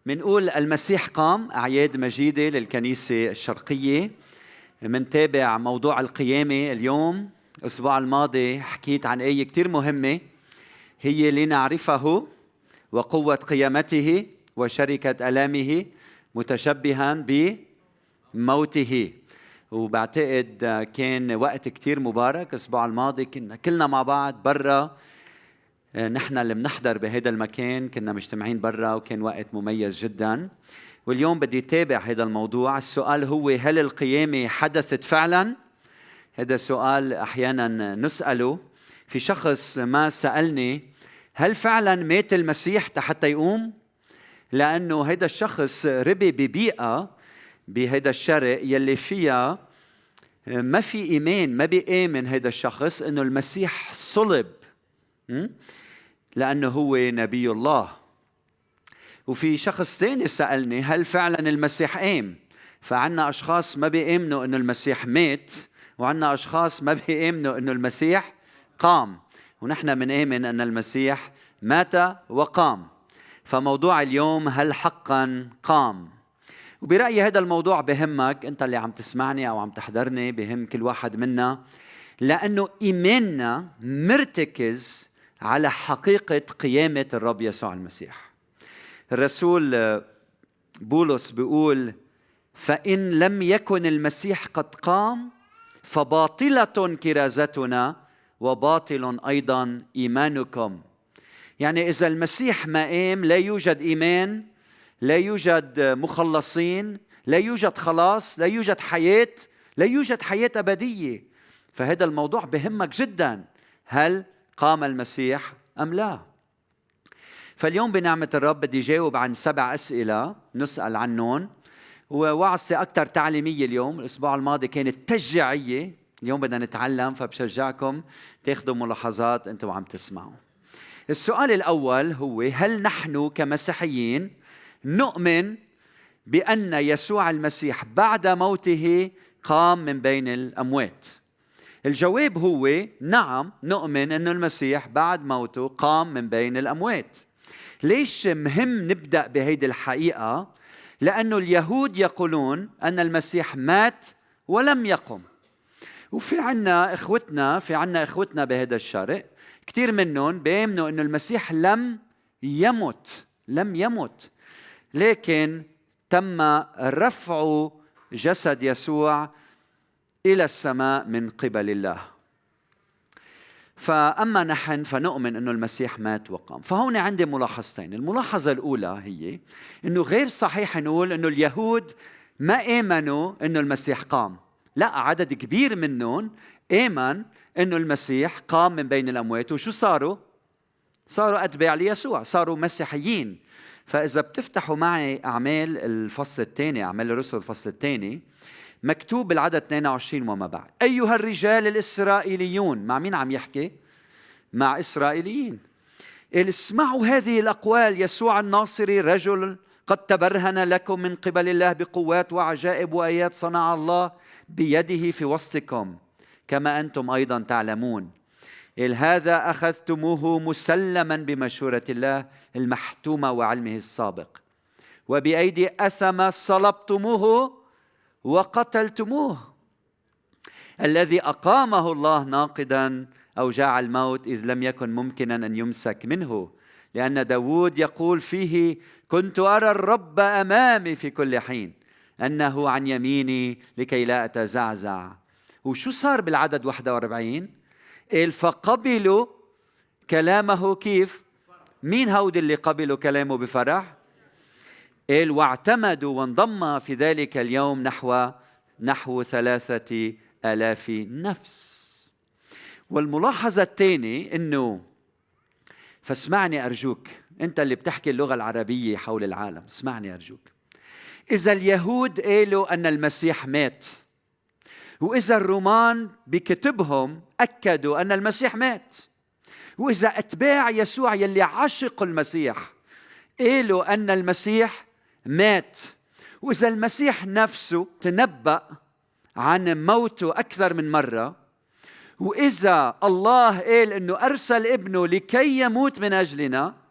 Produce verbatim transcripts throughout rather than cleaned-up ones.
منقول المسيح قام، أعياد مجيدة للكنيسة الشرقية. منتابع موضوع القيامة اليوم. الأسبوع الماضي حكيت عن آية كتير مهمة، هي لنعرفه وقوة قيامته وشركة ألامه متشبها بموته. وبعتقد كان وقت كتير مبارك الأسبوع الماضي، كنا كلنا مع بعض برا. نحن اللي بنحضر بهذا المكان كنا مجتمعين برا، وكان وقت مميز جدا. واليوم بدي أتابع هذا الموضوع. السؤال هو: هل القيامة حدثت فعلا؟ هذا سؤال أحيانا نسأله. في شخص ما سألني: هل فعلا مات المسيح حتى يقوم؟ لأنه هذا الشخص ربي ببيئة بهذا الشرق يلي فيها ما في إيمان، ما بيآمن هذا الشخص إنه المسيح صلب لأنه هو نبي الله. وفي شخص ثاني سألني: هل فعلا المسيح قام؟ فعنا أشخاص ما بيآمنوا إنه المسيح مات، وعنا أشخاص ما بيآمنوا إنه المسيح قام. ونحن بنآمن أن المسيح مات وقام. فموضوع اليوم: هل حقا قام؟ وبرأيي هذا الموضوع بهمك أنت اللي عم تسمعني أو عم تحضرني، بهم كل واحد منا، لأنه إيماننا مرتكز على حقيقة قيامة الرب يسوع المسيح. الرسول بولس بيقول: فإن لم يكن المسيح قد قام فباطلة كرازتنا وباطل أيضا إيمانكم. يعني إذا المسيح ما قام لا يوجد إيمان، لا يوجد مخلصين، لا يوجد خلاص، لا يوجد حياة، لا يوجد حياة أبدية. فهذا الموضوع بهمك جدا، هل قام المسيح أم لا؟ فاليوم بنعمة الرب بدي جاوب عن سبع أسئلة نسأل عنهم، ووعظتي أكثر تعليمية اليوم. الأسبوع الماضي كانت تشجيعية، اليوم بدنا نتعلم، فبشجعكم تاخذوا ملاحظات أنتم وعم تسمعوا. السؤال الأول هو: هل نحن كمسيحيين نؤمن بأن يسوع المسيح بعد موته قام من بين الأموات؟ الجواب هو نعم، نؤمن أن المسيح بعد موته قام من بين الأموات. ليش مهم نبدأ بهيدي الحقيقة؟ لأنه اليهود يقولون أن المسيح مات ولم يقم. وفي عنا إخوتنا في عنا إخوتنا بهذا الشرق كتير منهم بيؤمنوا أن المسيح لم يمت لم يمت لكن تم رفع جسد يسوع إلى السماء من قبل الله. فأما نحن فنؤمن أنه المسيح مات وقام. فهون عندي ملاحظتين. الملاحظة الأولى هي أنه غير صحيح نقول أنه اليهود ما آمنوا أنه المسيح قام. لا، عدد كبير منهم آمن أنه المسيح قام من بين الأموات. وشو صاروا؟ صاروا أتباع ليسوع، صاروا مسيحيين. فإذا بتفتحوا معي أعمال الفصل الثاني، أعمال الرسل الفصل الثاني، مكتوب بالعدد اثنين وعشرين وما بعد: أيها الرجال الإسرائيليون. مع مين عم يحكي؟ مع إسرائيليين. اسمعوا هذه الأقوال: يسوع الناصري رجل قد تبرهن لكم من قبل الله بقوات وعجائب وآيات صنع الله بيده في وسطكم، كما أنتم أيضا تعلمون. هذا أخذتموه مسلما بمشورة الله المحتومة وعلمه السابق، وبأيدي أثم صلبتموه وقتلتموه، الذي أقامه الله ناقدا أوجاع الموت، إذ لم يكن ممكنا أن يمسك منه. لأن داود يقول فيه: كنت أرى الرب أمامي في كل حين، أنه عن يميني لكي لا أتزعزع. وشو صار بالعدد واحد وأربعين؟ قال: فقبلوا كلامه. كيف؟ مين هود اللي قبلوا كلامه بفرح؟ قال: واعتمدوا وانضم في ذلك اليوم نحو نحو ثلاثة آلاف نفس. والملاحظة الثانية إنه، فاسمعني أرجوك أنت اللي بتحكي اللغة العربية حول العالم، اسمعني أرجوك. إذا اليهود قالوا أن المسيح مات، وإذا الرومان بكتبهم أكدوا أن المسيح مات، وإذا أتباع يسوع يلي عاشقوا المسيح قالوا أن المسيح مات، وإذا المسيح نفسه تنبأ عن موته أكثر من مرة، وإذا الله قال أنه أرسل ابنه لكي يموت من أجلنا،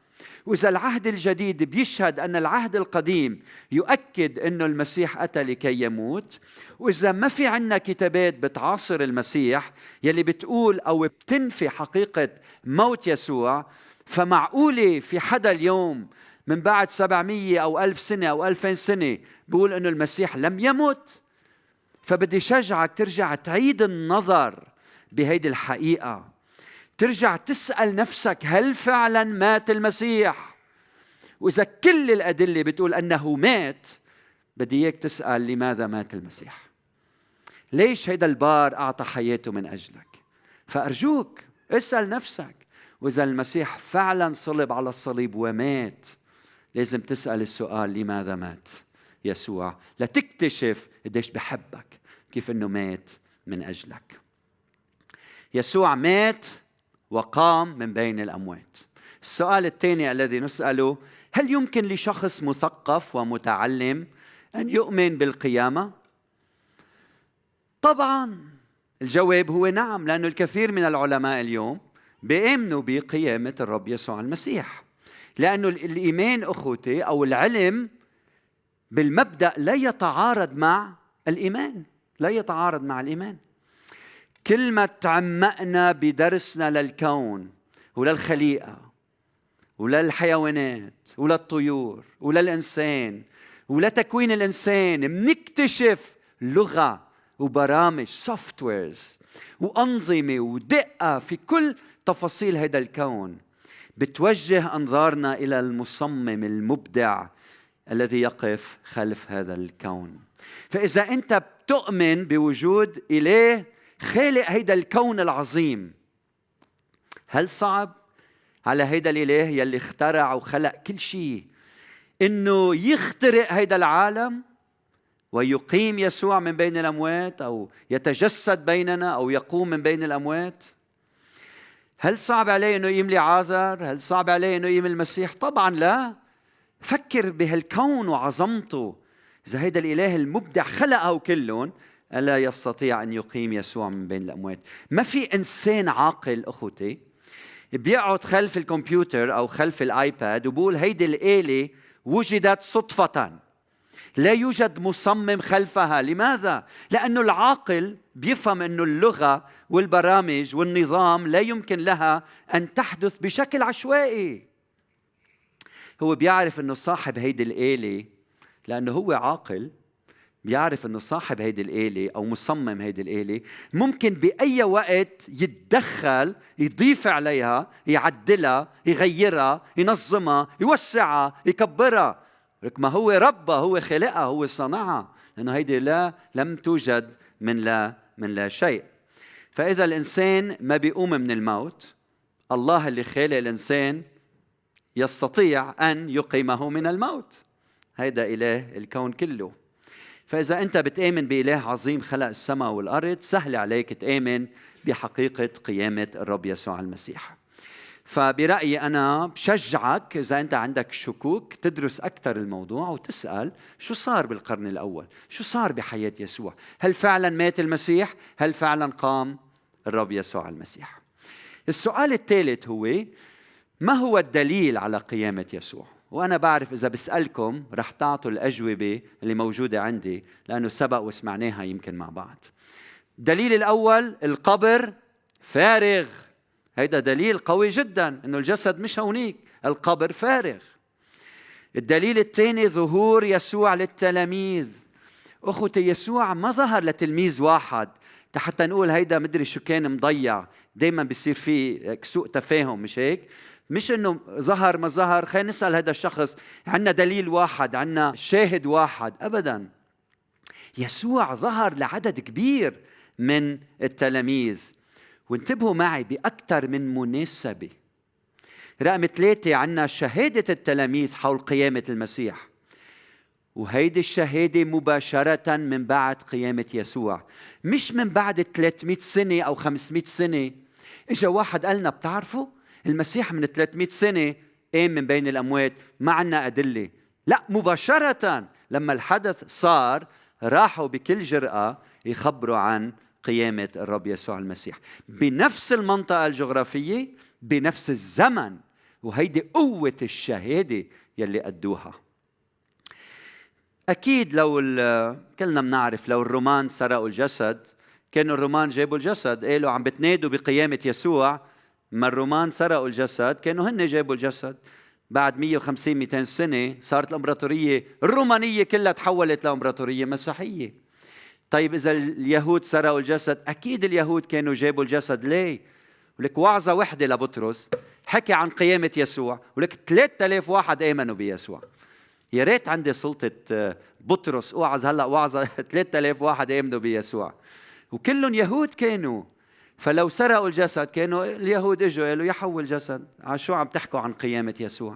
وإذا العهد الجديد بيشهد أن العهد القديم يؤكد أنه المسيح أتى لكي يموت، وإذا ما في عنا كتابات بتعاصر المسيح يلي بتقول أو بتنفي حقيقة موت يسوع، فمعقولة في حدا اليوم من بعد سبعمية أو ألف سنة أو ألفين سنة بيقول أنه المسيح لم يمت؟ فبدي شجعك ترجع تعيد النظر بهيدي الحقيقة، ترجع تسأل نفسك هل فعلا مات المسيح؟ وإذا كل الأدلة بتقول أنه مات، بدي إياك تسأل لماذا مات المسيح؟ ليش هيدا البار أعطى حياته من أجلك؟ فأرجوك اسأل نفسك. وإذا المسيح فعلا صلب على الصليب ومات، لازم تسأل السؤال لماذا مات يسوع، لتكتشف قديش بحبك، كيف أنه مات من أجلك. يسوع مات وقام من بين الأموات. السؤال الثاني الذي نسأله: هل يمكن لشخص مثقف ومتعلم أن يؤمن بالقيامة؟ طبعا الجواب هو نعم، لأن الكثير من العلماء اليوم بيؤمنوا بقيامة الرب يسوع المسيح، لأنه الإيمان أخوتي أو العلم بالمبدأ لا يتعارض مع الإيمان، لا يتعارض مع الإيمان. كل ما تعمقنا بدرسنا للكون وللخليقة وللحيوانات وللطيور وللإنسان ولتكوين الإنسان، منكتشف لغة وبرامج سوفتويرز وأنظمة ودقة في كل تفاصيل هذا الكون بتوجه أنظارنا إلى المصمم المبدع الذي يقف خلف هذا الكون. فإذا أنت بتؤمن بوجود إله خالق هيدا الكون العظيم، هل صعب على هيدا الإله يلي اخترع وخلق كل شيء إنه يخترق هيدا العالم ويقيم يسوع من بين الأموات، أو يتجسد بيننا، أو يقوم من بين الأموات؟ هل صعب عليه إنه يملي عازر؟ هل صعب عليه إنه يملي المسيح؟ طبعا لا. فكر بهالكون وعظمته. إذا هيدا الإله المبدع خلقه كلهم، ألا يستطيع أن يقيم يسوع من بين الأموات؟ ما في إنسان عاقل أخوتي بيقعد خلف الكمبيوتر أو خلف الآيباد وبقول هيدي الآلة وجدت صدفة، لا يوجد مصمم خلفها. لماذا؟ لأنه العاقل بيفهم أنه اللغة والبرامج والنظام لا يمكن لها أن تحدث بشكل عشوائي. هو بيعرف أنه صاحب هيدي الآلة، لأنه هو عاقل بيعرف أنه صاحب هيدي الآلة أو مصمم هيدي الآلة ممكن بأي وقت يتدخل، يضيف عليها، يعدلها، يغيرها، ينظمها، يوسعها، يكبرها. ما هو ربها، هو خلقها، هو صنعها، لأنه هيدي لا لم توجد من لا من لا شيء. فإذا الإنسان ما بيقوم من الموت، الله اللي خالق الإنسان يستطيع أن يقيمه من الموت. هيدا إله الكون كله. فإذا أنت بتآمن بإله عظيم خلق السماء والأرض، سهل عليك تآمن بحقيقة قيامة الرب يسوع المسيح. فبرأيي أنا بشجعك إذا أنت عندك شكوك تدرس أكثر الموضوع وتسأل شو صار بالقرن الأول، شو صار بحياة يسوع، هل فعلا مات المسيح، هل فعلا قام الرب يسوع المسيح. السؤال الثالث هو: ما هو الدليل على قيامة يسوع؟ وأنا بعرف إذا بسألكم رح تعطوا الأجوبة اللي موجودة عندي، لأنه سبق وسمعناها يمكن مع بعض. الدليل الأول: القبر فارغ. هيدا دليل قوي جدا إنه الجسد مش هونيك، القبر فارغ. الدليل الثاني: ظهور يسوع للتلاميذ. أخوتي، يسوع ما ظهر لتلميذ واحد حتى نقول هيدا مدري شو كان مضيع. دايما بيصير في سوء تفاهم، مش هيك؟ مش إنه ظهر ما ظهر خلينا نسأل هذا الشخص، عنا دليل واحد، عنا شاهد واحد. أبدا، يسوع ظهر لعدد كبير من التلاميذ. وانتبهوا معي بأكثر من مناسبة. رقم ثلاثة: عنا شهادة التلاميذ حول قيامة المسيح، وهيدي الشهادة مباشرة من بعد قيامة يسوع، مش من بعد ثلاثمئة سنة أو خمسمئة سنة. إجا واحد قالنا بتعرفوا المسيح من ثلاثمئة سنة قام من بين الأموات، ما عنا أدلة. لا، مباشرة لما الحدث صار راحوا بكل جرأة يخبروا عن قيامة الرب يسوع المسيح بنفس المنطقة الجغرافية، بنفس الزمن، وهيدي قوة الشهادة يلي أدوها. أكيد لو كلنا منعرف لو الرومان سرقوا الجسد، كانوا الرومان جابوا الجسد، قالوا عم بتنادوا بقيامة يسوع، ما الرومان سرقوا الجسد كانوا هن جابوا الجسد. بعد مية وخمسين مئتين سنة صارت الإمبراطورية الرومانية كلها تحولت لإمبراطورية مسيحية. طيب إذا اليهود سرقوا الجسد، أكيد اليهود كانوا جابوا الجسد. ليه؟ ولك وعظة وحدة لبطرس حكي عن قيامة يسوع، ولك ثلاثة آلاف واحد آمنوا بيسوع. يا ريت عندي سلطة بطرس أوعظ هلأ وعظة ثلاثة آلاف واحد آمنوا بيسوع، وكلهم يهود كانوا. فلو سرقوا الجسد كانوا اليهود اجوا قالوا يحول جسد، على شو عم تحكوا عن قيامة يسوع؟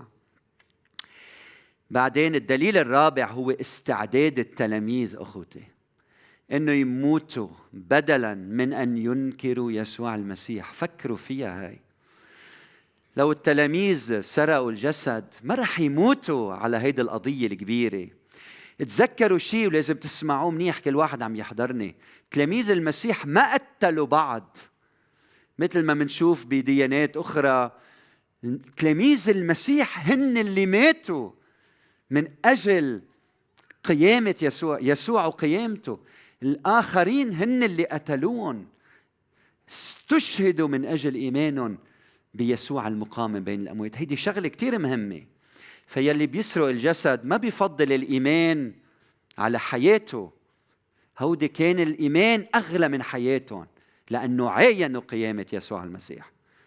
بعدين الدليل الرابع هو استعداد التلاميذ أخوتي إنه يموتوا بدلاً من أن ينكروا يسوع المسيح. فكروا فيها هاي، لو التلاميذ سرقوا الجسد ما رح يموتوا على هيدي القضية الكبيرة. تذكروا شيء ولازم تسمعوه منيح كل واحد عم يحضرني، تلاميذ المسيح ما قتلوا بعض مثل ما منشوف بديانات أخرى. تلاميذ المسيح هن اللي ماتوا من أجل قيامة يسوع يسوع وقيامته. الآخرين هن اللي قتلوهم، استشهدوا من أجل إيمانهم بيسوع المقام من بين الأموات. هيدي شغلة كتير مهمة. فيلي بيسرق الجسد ما بيفضل الإيمان على حياته، هودي كان الإيمان أغلى من حياتهم لأنه عاينوا قيامة يسوع المسيح.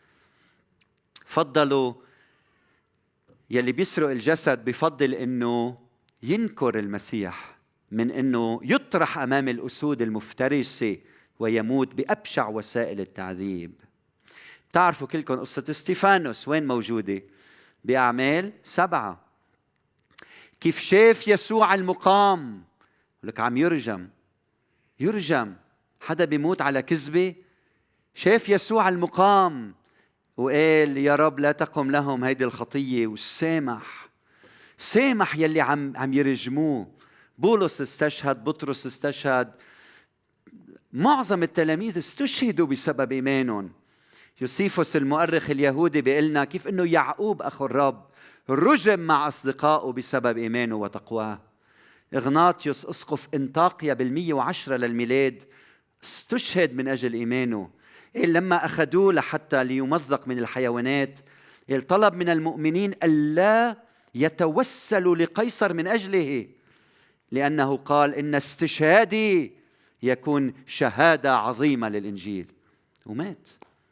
فضلوا يلي بيسرق الجسد بيفضل إنه ينكر المسيح من إنه يطرح أمام الأسود المفترسة ويموت بأبشع وسائل التعذيب. تعرفوا كلكم قصة استيفانوس وين موجودة؟ بأعمال سبعة. كيف شاف يسوع المقام، لك عم يرجم يرجم حدا بيموت على كذبة. شاف يسوع المقام وقال يا رب لا تقم لهم هيدي الخطية، وسامح سامح يلي عم عم يرجموه. بولس استشهد، بطرس استشهد، معظم التلاميذ استشهدوا بسبب إيمانهم. يوسيفوس المؤرخ اليهودي بيقلنا كيف إنه يعقوب أخو الرب رجم مع أصدقائه بسبب إيمانه وتقواه. إغناطيوس أسقف انطاكيا بالمية وعشرة للميلاد استشهد من أجل إيمانه. إيه لما أخذوه لحتى ليمزق من الحيوانات، طلب من المؤمنين ألا يتوسلوا لقيصر من أجله، لأنه قال إن استشهادي يكون شهادة عظيمة للإنجيل، ومات.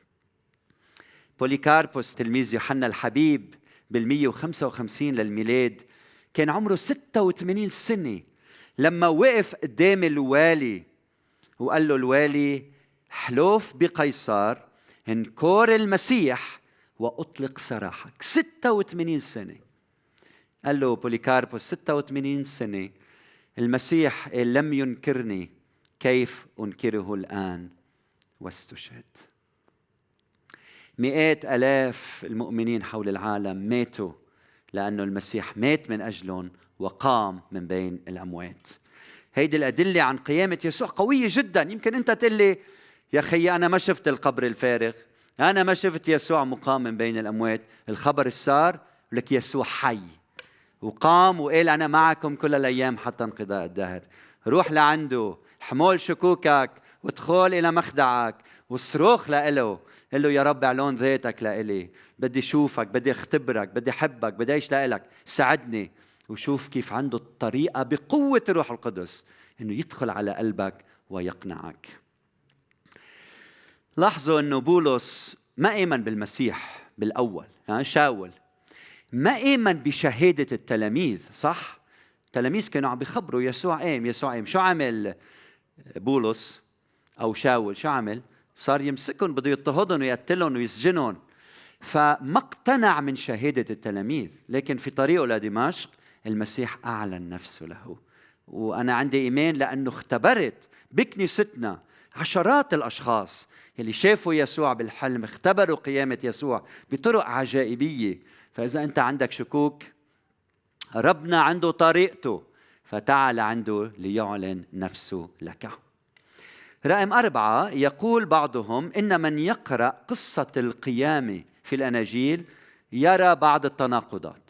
بوليكاربوس تلميذ يوحنا الحبيب بالمية وخمسة وخمسين للميلاد كان عمره ستة وثمانين سنة لما وقف قدام الوالي وقال له الوالي حلوف بقيصر انكر المسيح وأطلق سراحك. ستة وثمانين سنة. قال له بوليكاربوس ستة وثمانين سنة المسيح لم ينكرني، كيف أنكره الآن؟ واستشهد. مئات آلاف المؤمنين حول العالم ماتوا لأنه المسيح مات من أجلهم وقام من بين الأموات. هيدي الأدلة عن قيامة يسوع قوية جدا. يمكن أنت تقول لي يا خي أنا ما شفت القبر الفارغ، أنا ما شفت يسوع مقام من بين الأموات. الخبر السار لك يسوع حي وقام وقال أنا معكم كل الأيام حتى انقضاء الدهر. روح لعنده، حمول شكوكك وادخل إلى مخدعك وصروخ لإله، قل له يا رب اعلن ذاتك لإلي، بدي شوفك، بدي اختبرك، بدي حبك، بدي اعيش لإلك، ساعدني. وشوف كيف عنده الطريقة بقوة الروح القدس إنه يدخل على قلبك ويقنعك. لاحظوا إنه بولس ما آمن بالمسيح بالأول، يعني شاول ما آمن بشهادة التلاميذ. صح؟ التلاميذ كانوا عم بيخبروا يسوع قام يسوع قام. شو عمل بولس أو شاول؟ شو عمل؟ صار يمسكهم، بده يضطهدهم ويقتلهم ويسجنهم. فما اقتنع من شهادة التلاميذ، لكن في طريقه لدمشق المسيح أعلن نفسه له. وأنا عندي إيمان لأنه اختبرت بكنيستنا عشرات الأشخاص اللي شافوا يسوع بالحلم، اختبروا قيامة يسوع بطرق عجائبية. فإذا أنت عندك شكوك، ربنا عنده طريقته، فتعال عنده ليعلن نفسه لك. رقم أربعة، يقول بعضهم إن من يقرأ قصة القيامة في الأناجيل يرى بعض التناقضات.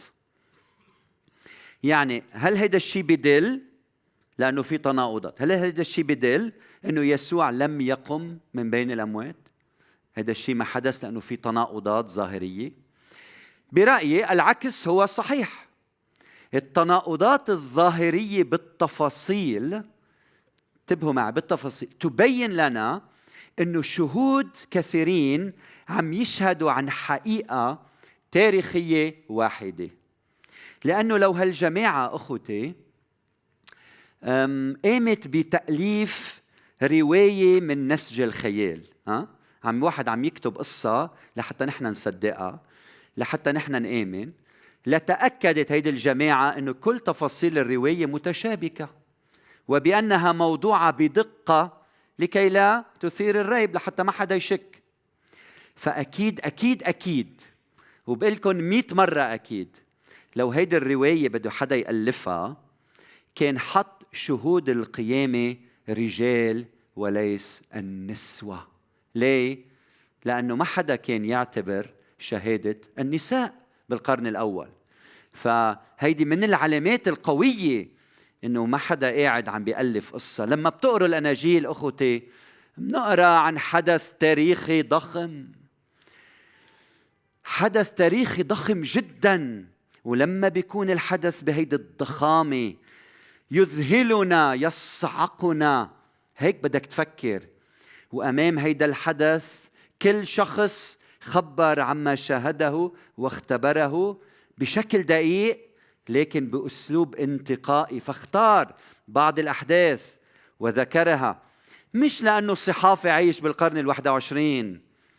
يعني هل هيدا الشيء بدل، لأنه في تناقضات، هل هيدا الشيء بدل أنه يسوع لم يقم من بين الأموات؟ هذا الشيء ما حدث لأنه في تناقضات ظاهرية؟ برأيي العكس هو صحيح. التناقضات الظاهرية بالتفاصيل، انتبهوا معي، بالتفاصيل تبين لنا أنه شهود كثيرين عم يشهدوا عن حقيقة تاريخية واحدة. لأنه لو هالجماعة أخوتي قامت بتأليف رواية من نسج الخيال، ها؟ عم واحد عم يكتب قصة لحتى نحن نصدقها، لحتى نحن نآمن، لتأكدت هيدي الجماعة أنه كل تفاصيل الرواية متشابكة وبأنها موضوعة بدقة لكي لا تثير الريب، لحتى ما حدا يشك. فأكيد أكيد أكيد وبقلكن مئة مرة أكيد، لو هيدي الرواية بده حدا يألفها كان حط شهود القيامة رجال وليس النسوة. ليه؟ لأنه ما حدا كان يعتبر شهادة النساء بالقرن الأول. فهيدي من العلامات القوية إنه ما حدا قاعد عم بيألف قصة. لما بتقروا الأناجيل أخوتي بنقرأ عن حدث تاريخي ضخم، حدث تاريخي ضخم جدا، ولما بيكون الحدث بهيدي الضخامة يذهلنا يصعقنا، هيك بدك تفكر. وأمام هيدا الحدث كل شخص خبر عما شاهده واختبره بشكل دقيق لكن بأسلوب انتقائي، فاختار بعض الأحداث وذكرها، مش لأنه الصحافي عايش بالقرن الواحد وعشرين،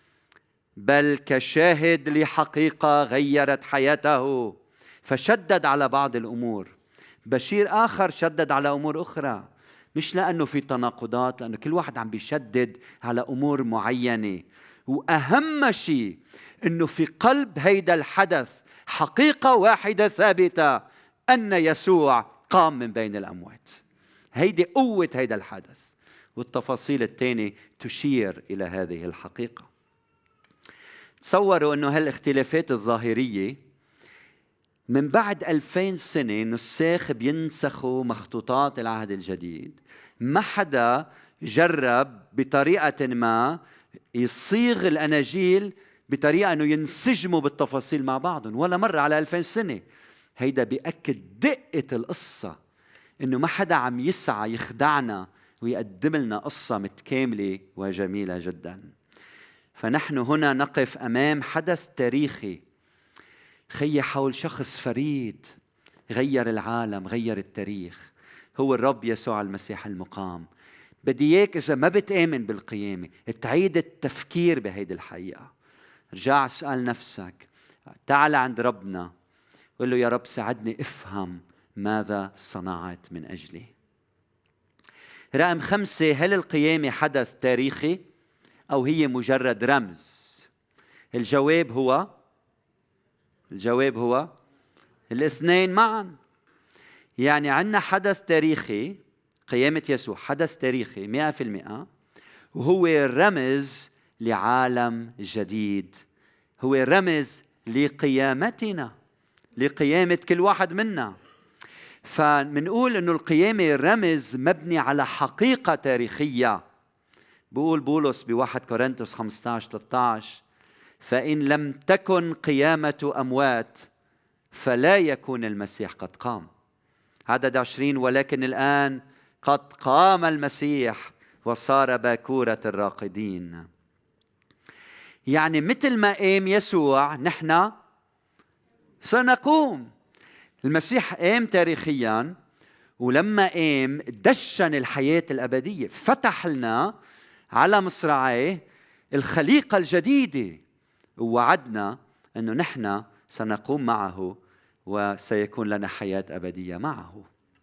بل كشاهد لحقيقة غيرت حياته، فشدد على بعض الأمور. بشير آخر شدد على أمور أخرى، مش لأنه في تناقضات، لأنه كل واحد عم بيشدد على أمور معينة. وأهم شيء أنه في قلب هيدا الحدث حقيقة واحدة ثابتة، أن يسوع قام من بين الأموات. هيدي قوة هيدا الحدث، والتفاصيل الثانية تشير إلى هذه الحقيقة. تصوروا أنه هالاختلافات الظاهرية من بعد ألفين سنة نساخ بينسخوا مخطوطات العهد الجديد، ما حدا جرب بطريقة ما يصيغ الأناجيل بطريقة أنه ينسجموا بالتفاصيل مع بعضهم ولا مرة على ألفين سنة. هيدا بيأكد دقة القصة، أنه ما حدا عم يسعى يخدعنا ويقدم لنا قصة متكاملة وجميلة جدا. فنحن هنا نقف أمام حدث تاريخي خي حول شخص فريد غير العالم، غير التاريخ، هو الرب يسوع المسيح المقام. بدي اياك إذا ما بتآمن بالقيامة تعيد التفكير بهيدي الحقيقة. رجع اسأل نفسك، تعال عند ربنا قل له يا رب ساعدني افهم ماذا صنعت من أجلي. رقم خمسة، هل القيامة حدث تاريخي أو هي مجرد رمز؟ الجواب هو الجواب هو الاثنين معا. يعني عندنا حدث تاريخي، قيامة يسوع حدث تاريخي مئة في المئة، وهو رمز لعالم جديد، هو رمز لقيامتنا، لقيامة كل واحد منا. فمنقول إنه القيامة رمز مبني على حقيقة تاريخية. بقول بولس بواحد كورنثوس خمسة عشر ثلاثة عشر: فإن لم تكن قيامة أموات فلا يكون المسيح قد قام. عدد عشرين: ولكن الآن قد قام المسيح وصار باكورة الراقدين. يعني مثل ما قام يسوع نحن سنقوم. المسيح قام تاريخيا، ولما قام دشن الحياة الأبدية، فتح لنا على مصراعيه الخليقة الجديدة، ووعدنا أنه نحن سنقوم معه وسيكون لنا حياة أبدية معه.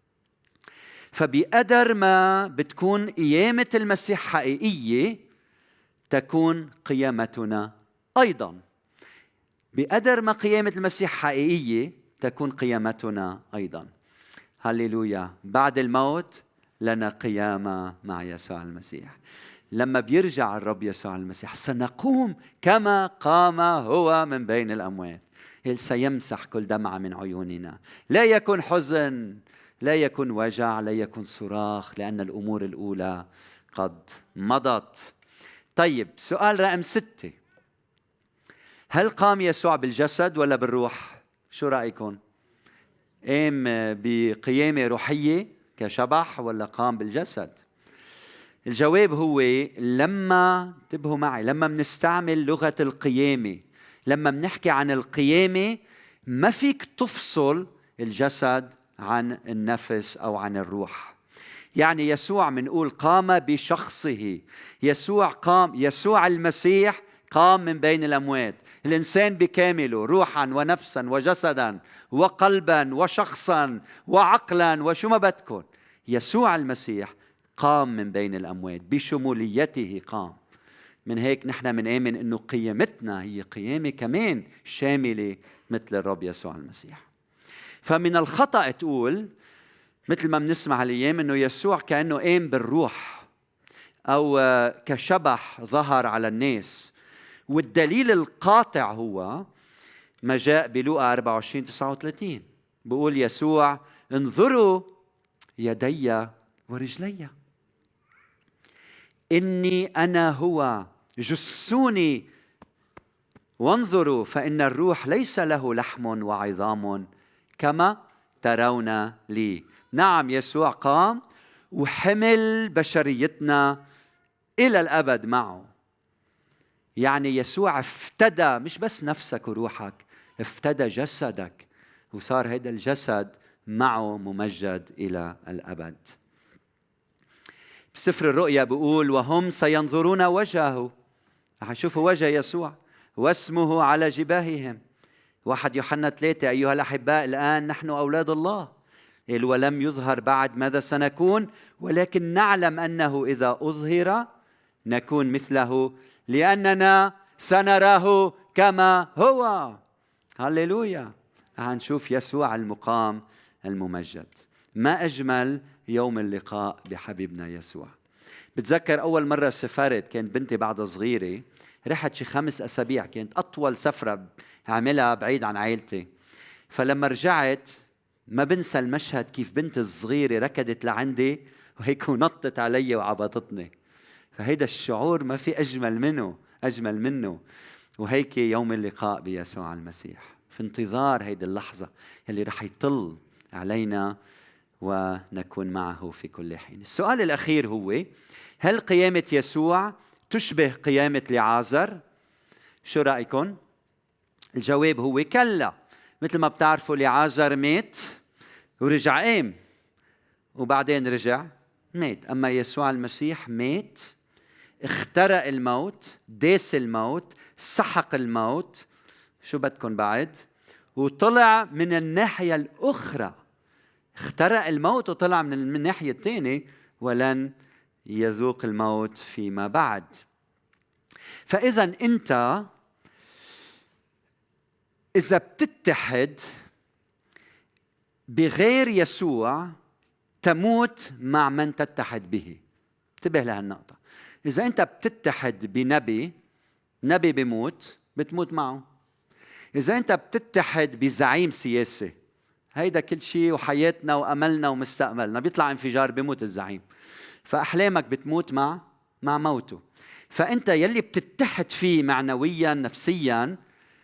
فبقدر ما بتكون قيامة المسيح حقيقية تكون قيامتنا أيضا، بقدر ما قيامة المسيح حقيقية تكون قيامتنا أيضا. هللويا. بعد الموت لنا قيامة مع يسوع المسيح. لما بيرجع الرب يسوع المسيح سنقوم كما قام هو من بين الأموات. سيمسح كل دمعة من عيوننا. لا يكن حزن، لا يكن وجع، لا يكن صراخ، لأن الأمور الأولى قد مضت. طيب، سؤال رقم ستة: هل قام يسوع بالجسد ولا بالروح؟ شو رأيكم؟ قام بقيامة روحية كشبح ولا قام بالجسد؟ الجواب هو لما انتبهوا معي، لما منستعمل لغة القيامة، لما منحكي عن القيامة، ما فيك تفصل الجسد عن النفس أو عن الروح. يعني يسوع منقول قام بشخصه، يسوع قام، يسوع المسيح قام من بين الأموات، الإنسان بكامله روحا ونفسا وجسدا وقلبا وشخصا وعقلا وشو ما بدكن. يسوع المسيح قام من بين الأموات بشموليته قام. من هيك نحن منآمن إنه قيامتنا هي قيامة كمان شاملة مثل الرب يسوع المسيح. فمن الخطأ تقول مثل ما بنسمع الأيام إنه يسوع كأنه قام بالروح أو كشبح ظهر على الناس. والدليل القاطع هو ما جاء بلوقا أربعة وعشرين تسعة وثلاثين، بقول يسوع: انظروا يدي ورجلي، إني أنا هو، جسوني وانظروا، فإن الروح ليس له لحم وعظام كما ترون لي. نعم، يسوع قام وحمل بشريتنا إلى الأبد معه. يعني يسوع افتدى مش بس نفسك وروحك، افتدى جسدك، وصار هذا الجسد معه ممجد إلى الأبد. بسفر الرؤيا بيقول: وهم سينظرون وجهه، رح يشوفوا وجه يسوع، واسمه على جباههم. واحد يوحنا ثلاثة: أيها الأحباء، الآن نحن أولاد الله، ولم يظهر بعد ماذا سنكون، ولكن نعلم أنه إذا أظهر نكون مثله، لأننا سنراه كما هو. هللويا. هنشوف يسوع المقام الممجد. ما أجمل يوم اللقاء بحبيبنا يسوع. بتذكر أول مرة سافرت، كانت بنتي بعد صغيرة، رحت شي خمس أسابيع، كانت أطول سفرة عملها بعيد عن عائلتي. فلما رجعت ما بنسى المشهد، كيف بنت الصغيرة ركضت لعندي وهيك ونطت علي وعبطتني. فهيدا الشعور ما في أجمل منه، أجمل منه. وهيك يوم اللقاء بيسوع المسيح، في انتظار هيدي اللحظة اللي رح يطل علينا ونكون معه في كل حين. السؤال الأخير هو: هل قيامة يسوع تشبه قيامة لعازر؟ شو رأيكم؟ الجواب هو كلا. مثل ما بتعرفوا لعازر مات ورجع قام، وبعدين رجع مات. أما يسوع المسيح مات، اخترق الموت، داس الموت، سحق الموت، شو بدكم بعد؟ وطلع من الناحية الأخرى، اخترق الموت وطلع من الناحية الثانية، ولن يذوق الموت فيما بعد. فإذا أنت إذا بتتحد بغير يسوع تموت مع من تتحد به. انتبه لهالنقطة. إذا أنت بتتحد بنبي، نبي بيموت، بتموت معه. إذا أنت بتتحد بزعيم سياسي، هيدا كل شيء وحياتنا وأملنا ومستقبلنا، بيطلع انفجار بيموت الزعيم. فأحلامك بتموت مع مع موته. فأنت يلي بتتحد فيه معنويا نفسيا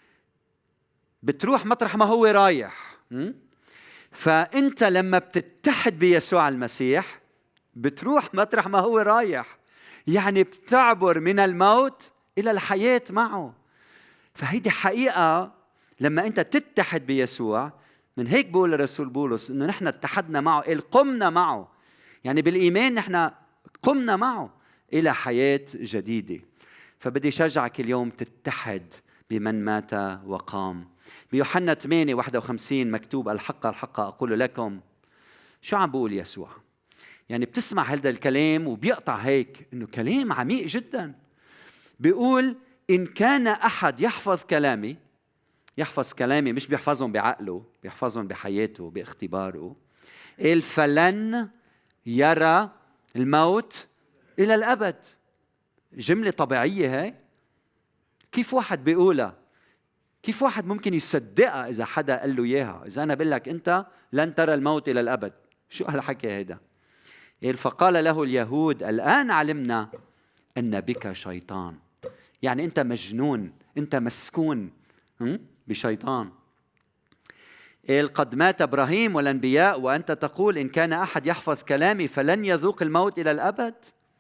بتروح مطرح ما هو رايح. فأنت لما بتتحد بيسوع المسيح بتروح مطرح ما هو رايح، يعني بتعبر من الموت إلى الحياة معه. فهيدي حقيقة لما أنت تتحد بيسوع. من هيك بقول الرسول بولس إنه نحن اتحدنا معه، قال قمنا معه، يعني بالإيمان نحن قمنا معه إلى حياة جديدة. فبدي شجعك اليوم تتحد بمن مات وقام. بيوحنا ثمانية واحد وخمسين مكتوب: الحق الحق أقول لكم. شو عم بقول يسوع؟ يعني بتسمع هذا الكلام وبيقطع هيك إنه كلام عميق جدا. بيقول: إن كان أحد يحفظ كلامي، يحفظ كلامي مش بيحفظهم بعقله، بيحفظهم بحياته باختباره، قال فلن يرى الموت إلى الأبد. جملة طبيعية هاي؟ كيف واحد بيقولها؟ كيف واحد ممكن يصدقها إذا حدا قال له إياها؟ إذا أنا بقول لك أنت لن ترى الموت إلى الأبد، شو هالحكي هيدا؟ فقال له اليهود الآن علمنا أن بك شيطان، يعني أنت مجنون، أنت مسكون بشيطان. قد مات إبراهيم والأنبياء وأنت تقول إن كان أحد يحفظ كلامي فلن يذوق الموت إلى الأبد.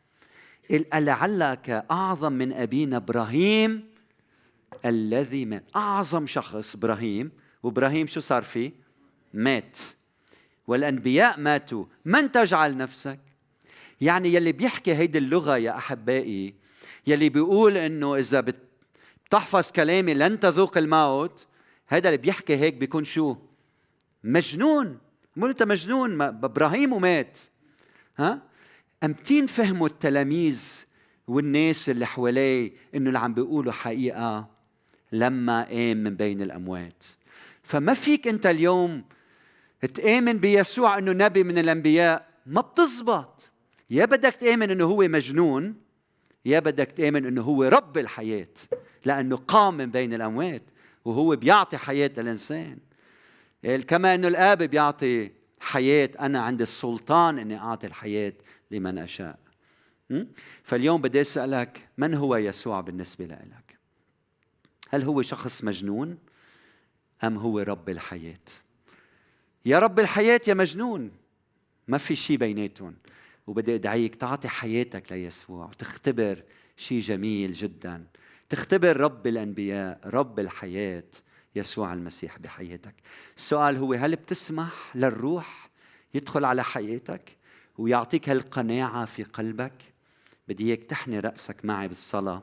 لعلك أعظم من أبينا إبراهيم الذي مات. أعظم شخص إبراهيم، وإبراهيم شو صار فيه؟ مات. والأنبياء ماتوا، من تجعل نفسك؟ يعني يلي بيحكي هيدي اللغة يا أحبائي، يلي بيقول إنه إذا بتحفظ كلامي لن تذوق الموت، هذا اللي بيحكي هيك بيكون شو؟ مجنون. مو أنت مجنون؟ إبراهيم ومات. ها؟ أمتين فهموا التلاميذ والناس اللي حواليه إنه اللي عم بيقولوا حقيقة لما قام من بين الأموات. فما فيك أنت اليوم تآمن بيسوع إنه نبي من الأنبياء، ما بتزبط. يا بدك تآمن إنه هو مجنون، يا بدك تآمن إنه هو رب الحياة، لأنه قام من بين الأموات وهو بيعطي حياة للإنسان. كما إنه الآب بيعطي حياة، أنا عندي السلطان إني أعطي الحياة لمن أشاء. فاليوم بدي أسألك، من هو يسوع بالنسبة لك؟ هل هو شخص مجنون أم هو رب الحياة؟ يا رب الحياة يا مجنون، ما في شيء بيناتهم. وبدي أدعيك تعطي حياتك ليسوع وتختبر شيء جميل جدا، تختبر رب الأنبياء، رب الحياة، يسوع المسيح بحياتك. السؤال هو، هل بتسمح للروح يدخل على حياتك ويعطيك هالقناعة في قلبك؟ بدي اياك تحني رأسك معي بالصلاة.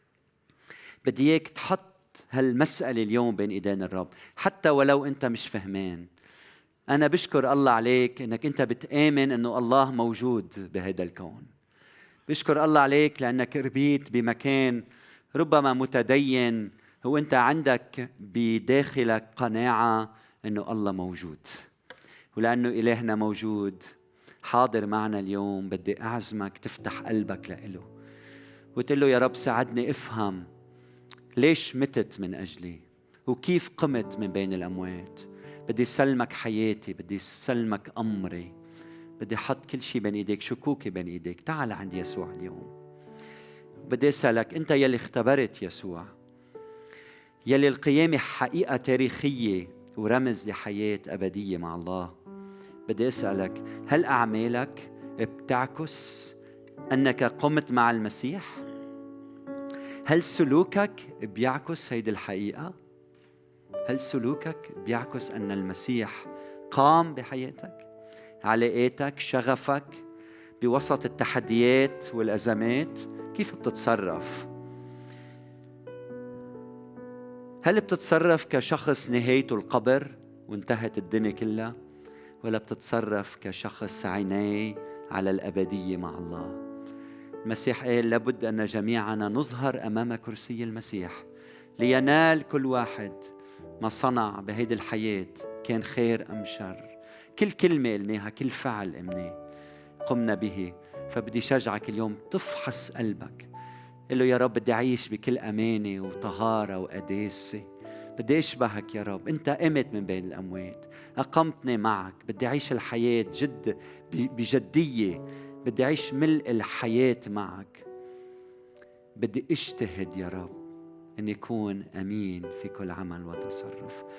بدي اياك تحط هالمسألة اليوم بين ايدين الرب، حتى ولو انت مش فهمان. أنا بشكر الله عليك إنك أنت بتآمن إنه الله موجود بهذا الكون. بشكر الله عليك لأنك ربيت بمكان ربما متدين، هو أنت عندك بداخلك قناعة إنه الله موجود. ولأنه إلهنا موجود حاضر معنا اليوم، بدي أعزمك تفتح قلبك لإله وتقول له يا رب ساعدني أفهم ليش متت من أجلي وكيف قمت من بين الأموات. بدي سلمك حياتي، بدي سلمك أمري، بدي حط كل شيء بين إيديك، شكوكي بين إيديك. تعال عند يسوع اليوم. بدي أسألك أنت يلي اختبرت يسوع، يلي القيامة حقيقة تاريخية ورمز لحياة أبدية مع الله، بدي أسألك هل أعمالك بتعكس أنك قمت مع المسيح؟ هل سلوكك بيعكس هيدي الحقيقة؟ هل سلوكك بيعكس أن المسيح قام بحياتك؟ علاقاتك، شغفك بوسط التحديات والأزمات، كيف بتتصرف؟ هل بتتصرف كشخص نهايته القبر وانتهت الدنيا كلها، ولا بتتصرف كشخص عينيه على الأبدية مع الله؟ المسيح قال لابد أن جميعنا نظهر أمام كرسي المسيح لينال كل واحد ما صنع بهيدي الحياة، كان خير أم شر. كل كلمة قلناها، كل فعل قمناه قمنا به. فبدي شجعك اليوم تفحص قلبك، قل له يا رب بدي أعيش بكل أمانة وطهارة وقداسة. بدي أشبهك يا رب، أنت قمت من بين الأموات، أقمتني معك. بدي أعيش الحياة جد بجدية، بدي أعيش ملء الحياة معك. بدي أجتهد يا رب أن يكون أمين في كل عمل وتصرف.